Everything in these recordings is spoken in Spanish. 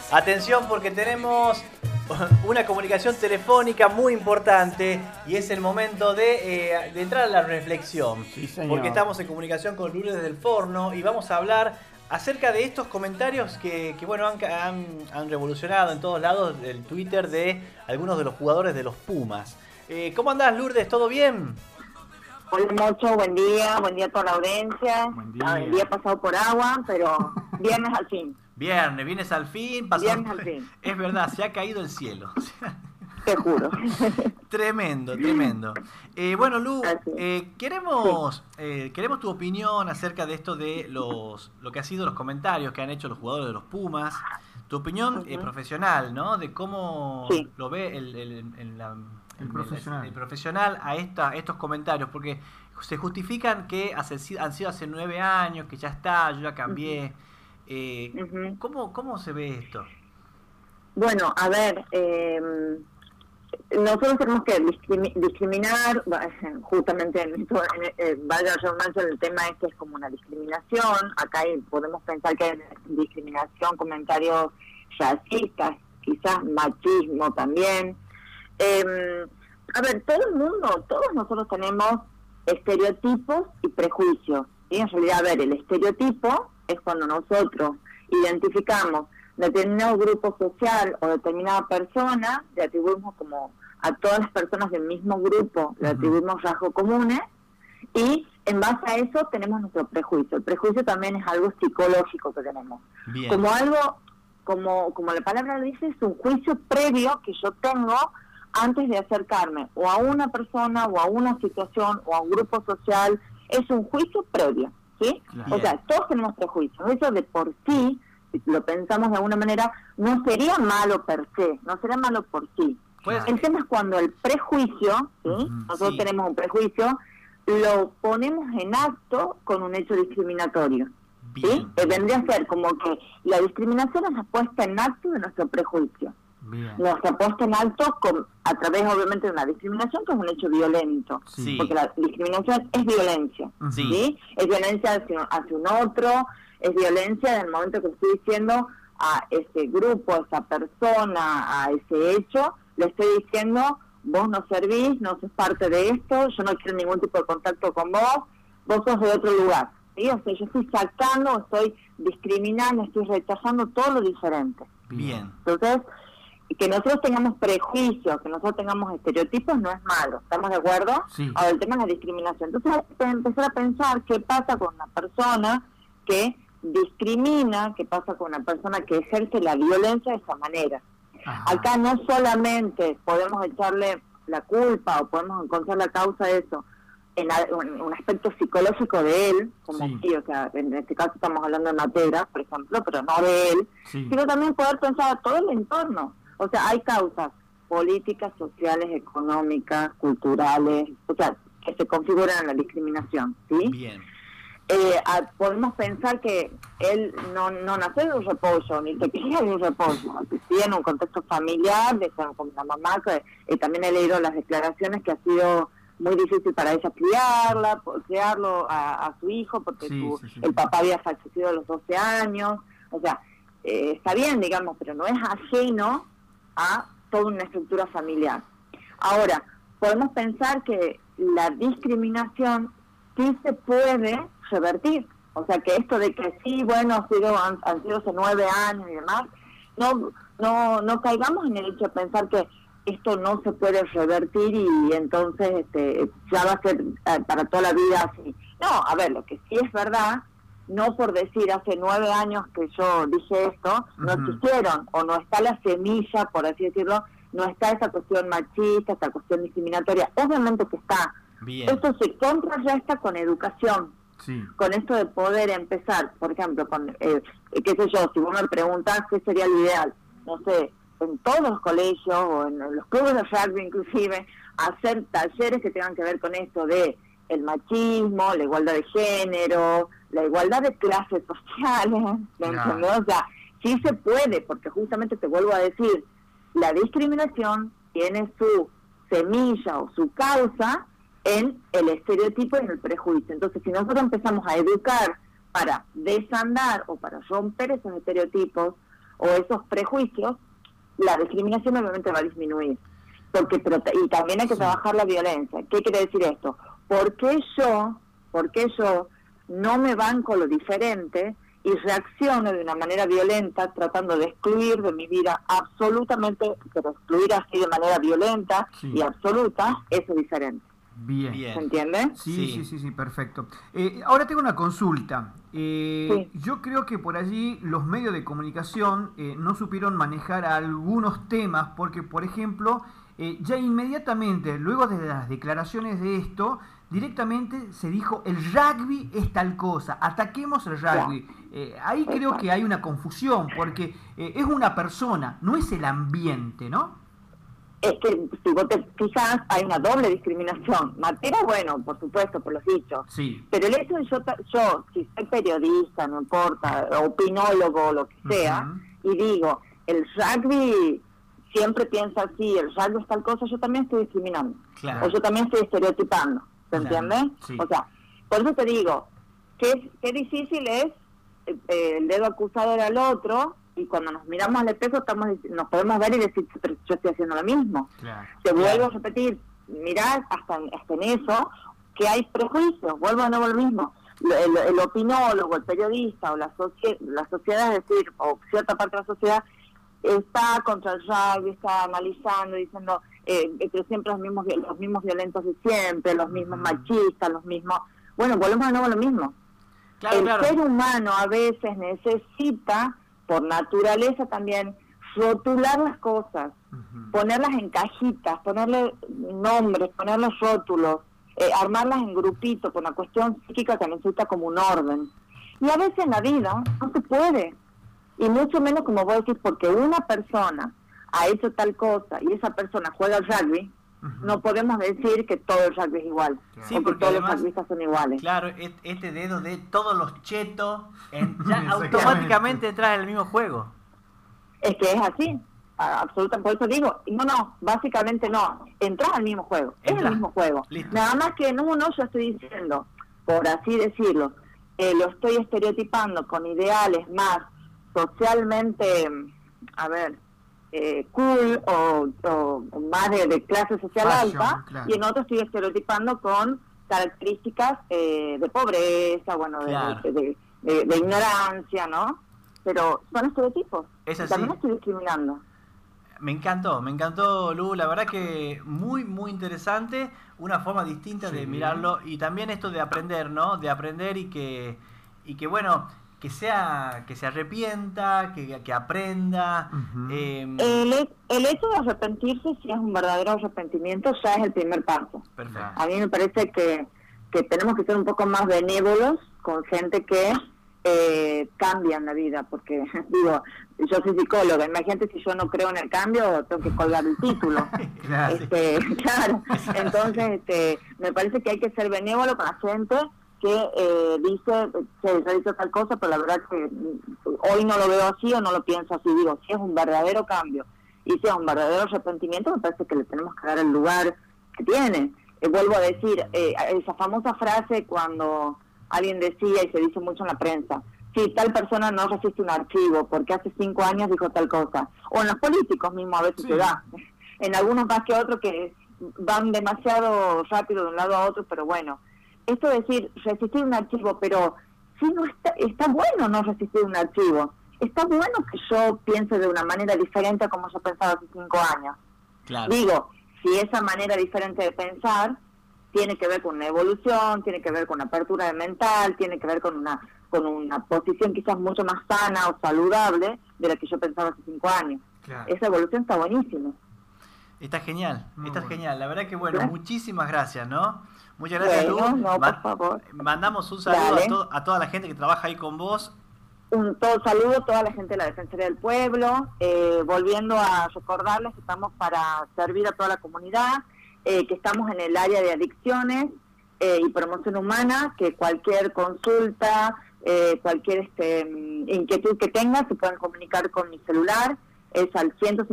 Atención porque tenemos una comunicación telefónica muy importante y es el momento de entrar a la reflexión. Sí, señor. Porque estamos en comunicación con Lourdes del Forno y vamos a hablar acerca de estos comentarios que bueno, han revolucionado en todos lados el Twitter de algunos de los jugadores de los Pumas. ¿Cómo andás, Lourdes? ¿Todo bien? Hola, Mocho, buen día a toda la audiencia. Buen día. El día pasado por agua, pero viernes al fin. Vienes al fin, pasó. Viernes al fin. Es verdad, se ha caído el cielo. Te juro. Tremendo. Bueno, Lu, queremos tu opinión acerca de esto de lo que ha sido los comentarios que han hecho los jugadores de los Pumas. Tu opinión profesional, ¿no? De cómo lo ve el profesional a estos comentarios, porque se justifican que han sido hace 9 años, que ya está, yo ya cambié. ¿Cómo se ve esto? Bueno, a ver, nosotros tenemos que discriminar, justamente vaya yo mancho, el tema este es como una discriminación. Acá podemos pensar que hay discriminación, comentarios racistas, quizás machismo también. A ver, todos nosotros tenemos estereotipos y prejuicios, ¿sí? En realidad, a ver, el estereotipo es cuando nosotros identificamos determinado grupo social o determinada persona, le atribuimos como a todas las personas del mismo grupo, le atribuimos rasgos comunes, y en base a eso tenemos nuestro prejuicio. El prejuicio también es algo psicológico que tenemos. Bien. Como algo, como la palabra lo dice, es un juicio previo que yo tengo antes de acercarme o a una persona o a una situación o a un grupo social. Es un juicio previo, ¿sí? Claro. O sea, todos tenemos prejuicios. Eso de por sí, si lo pensamos de alguna manera, no sería malo per se, no sería malo por sí. Pues, El tema es cuando el prejuicio, ¿sí? Nosotros tenemos un prejuicio, lo ponemos en acto con un hecho discriminatorio. ¿Sí? Vendría a ser como que la discriminación es la puesta en acto de nuestro prejuicio. Nuestra puesta en acto a través, obviamente, de una discriminación que es un hecho violento. Sí. Porque la discriminación es violencia. ¿Sí? Es violencia hacia un otro, es violencia en el momento que estoy diciendo a ese grupo, a esa persona, a ese hecho, le estoy diciendo: vos no servís, no sos parte de esto, yo no quiero ningún tipo de contacto con vos sos de otro lugar. ¿Sí? O sea, yo estoy sacando, estoy discriminando, estoy rechazando todo lo diferente. Bien. Entonces, que nosotros tengamos prejuicios, que nosotros tengamos estereotipos no es malo, ¿estamos de acuerdo? Sí. Ahora, el tema es la discriminación. Entonces hay que empezar a pensar qué pasa con una persona que discrimina, qué pasa con una persona que ejerce la violencia de esa manera. Ajá. Acá no solamente podemos echarle la culpa o podemos encontrar la causa de eso en un aspecto psicológico de él, como o sea, en este caso estamos hablando de Matera, por ejemplo, pero no de él, sino también poder pensar a todo el entorno. O sea, hay causas políticas, sociales, económicas, culturales, o sea, que se configuran en la discriminación, ¿sí? Bien. Podemos pensar que él no nació de un repollo, ni se cría de un repollo, existía en un contexto familiar, con la mamá, que también he leído las declaraciones que ha sido muy difícil para ella criarlo a su hijo, porque el papá había fallecido a los 12 años, o sea, está bien, digamos, pero no es ajeno a toda una estructura familiar. Ahora, podemos pensar que la discriminación sí se puede revertir, o sea, que esto de que sí, bueno, han sido hace 9 años y demás, no caigamos en el hecho de pensar que esto no se puede revertir y entonces ya va a ser para toda la vida así. No, a ver, lo que sí es verdad, no por decir hace 9 años que yo dije esto, no existieron, o no está la semilla, por así decirlo, no está esa cuestión machista, esta cuestión discriminatoria, obviamente que está. Bien. Esto se contrarresta con educación, con esto de poder empezar, por ejemplo, con, qué sé yo, si vos me preguntás qué sería lo ideal, no sé, en todos los colegios o en los clubes de rugby inclusive, hacer talleres que tengan que ver con esto de el machismo, la igualdad de género, la igualdad de clases sociales, ¿me entiendes? O sea, sí se puede, porque justamente te vuelvo a decir, la discriminación tiene su semilla o su causa en el estereotipo y en el prejuicio. Entonces, si nosotros empezamos a educar para desandar o para romper esos estereotipos, o esos prejuicios, la discriminación obviamente va a disminuir. Y también hay que trabajar la violencia. ¿Qué quiere decir esto? ¿Por qué yo no me banco lo diferente y reacciono de una manera violenta tratando de excluir de mi vida absolutamente, pero excluir así de manera violenta y absoluta, eso es diferente? Bien. ¿Se entiende? Sí, perfecto. Ahora tengo una consulta. Yo creo que por allí los medios de comunicación no supieron manejar algunos temas, porque, por ejemplo, ya inmediatamente, luego de las declaraciones de esto, directamente se dijo el rugby es tal cosa, ataquemos el rugby. Ahí creo que hay una confusión, porque es una persona, no es el ambiente, ¿no? Es que si vos te fijas, hay una doble discriminación. Materia, bueno, por supuesto, por los dichos. Sí. Pero el hecho de yo, si soy periodista, no importa, opinólogo, lo que sea, y digo, el rugby siempre piensa así, el rugby es tal cosa, yo también estoy discriminando. Claro. O yo también estoy estereotipando. ¿Se entiende? Sí. O sea, por eso te digo, qué difícil es el dedo acusador al otro, y cuando nos miramos al espejo nos podemos ver y decir, pero yo estoy haciendo lo mismo. Claro. Te vuelvo a repetir, mirá hasta en eso, que hay prejuicios, vuelvo a nuevo lo mismo. El opinólogo, el periodista o la sociedad, es decir, o cierta parte de la sociedad, está contra el rugby, está analizando, diciendo que siempre los mismos violentos de siempre, los mismos machistas, los mismos... Bueno, volvemos de nuevo a lo mismo. Claro, ser humano a veces necesita, por naturaleza también, rotular las cosas, ponerlas en cajitas, ponerle nombres, ponerle rótulos, armarlas en grupitos, por una cuestión psíquica que necesita como un orden. Y a veces en la vida no se puede. Y mucho menos, como vos decís, porque una persona ha hecho tal cosa y esa persona juega al rugby, no podemos decir que todo el rugby es igual, sí, porque todos los rugbyistas son iguales. Claro, este dedo de todos los chetos ya automáticamente entras en el mismo juego. Es que es así, absolutamente, por eso digo, básicamente no, entras al mismo juego, es el mismo juego. Listo. Nada más que en uno yo estoy diciendo, por así decirlo, lo estoy estereotipando con ideales más socialmente, cool o más de clase social alta, claro. Y en otro estoy estereotipando con características de pobreza, bueno, claro. de ignorancia, ¿no? Pero son estereotipos. Es así. También estoy discriminando. Me encantó, Lu, la verdad que muy, muy interesante, una forma distinta de mirarlo, y también esto de aprender, ¿no? De aprender y que bueno, que se arrepienta, que aprenda. El hecho de arrepentirse, si es un verdadero arrepentimiento, ya es el primer paso. Perfecto. A mí me parece que tenemos que ser un poco más benévolos con gente que cambian la vida, porque digo, yo soy psicóloga, imagínate si yo no creo en el cambio, tengo que colgar el título. Claro. Claro, entonces me parece que hay que ser benévolo con la gente que dice que realiza tal cosa, pero la verdad que hoy no lo veo así o no lo pienso así. Digo, si es un verdadero cambio y si es un verdadero arrepentimiento, me parece que le tenemos que dar el lugar que tiene. Vuelvo a decir, esa famosa frase cuando alguien decía, y se dice mucho en la prensa, si tal persona no resiste un archivo porque hace 5 años dijo tal cosa, o en los políticos mismos a veces se da, en algunos más que otros que van demasiado rápido de un lado a otro, pero bueno, esto de decir resistir un archivo, pero si no está bueno no resistir un archivo, está bueno que yo piense de una manera diferente a como yo pensaba hace 5 años. Claro. Digo, si esa manera diferente de pensar tiene que ver con una evolución, tiene que ver con una apertura mental, tiene que ver con una posición quizás mucho más sana o saludable de la que yo pensaba hace 5 años. Claro. Esa evolución está buenísima. Está genial, genial. La verdad que bueno, ¿sí? Muchísimas gracias, ¿no? Muchas gracias, Lu. Por favor. Mandamos un saludo a toda la gente que trabaja ahí con vos. Un saludo a toda la gente de la Defensoría del Pueblo, volviendo a recordarles que estamos para servir a toda la comunidad, que estamos en el área de adicciones y promoción humana, que cualquier consulta, cualquier inquietud que tenga, se pueden comunicar con mi celular, es al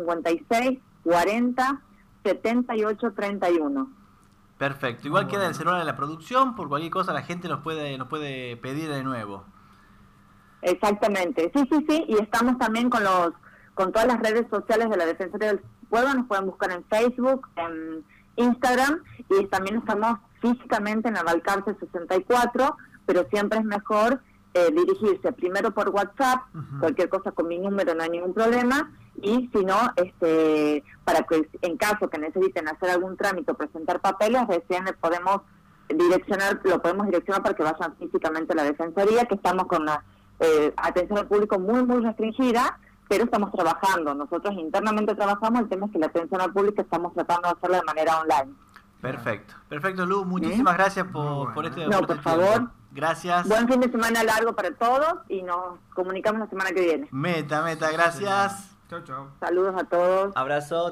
156 40 78 31. Perfecto, igual queda el celular de la producción, por cualquier cosa la gente nos puede pedir de nuevo. Exactamente, sí, y estamos también con todas las redes sociales de la Defensoría del Pueblo. Nos pueden buscar en Facebook, en Instagram, y también estamos físicamente en la Balcarce 64, pero siempre es mejor dirigirse primero por WhatsApp, cualquier cosa con mi número no hay ningún problema, y si no, para que en caso que necesiten hacer algún trámite o presentar papeles, recién lo podemos direccionar para que vayan físicamente a la Defensoría, que estamos con una atención al público muy, muy restringida, pero estamos trabajando. Nosotros internamente trabajamos, el tema es que la atención al público estamos tratando de hacerla de manera online. Perfecto, Lu, muchísimas gracias por este No, por favor. Gracias. Buen fin de semana largo para todos y nos comunicamos la semana que viene. Meta, gracias. Chau. Saludos a todos. Abrazo.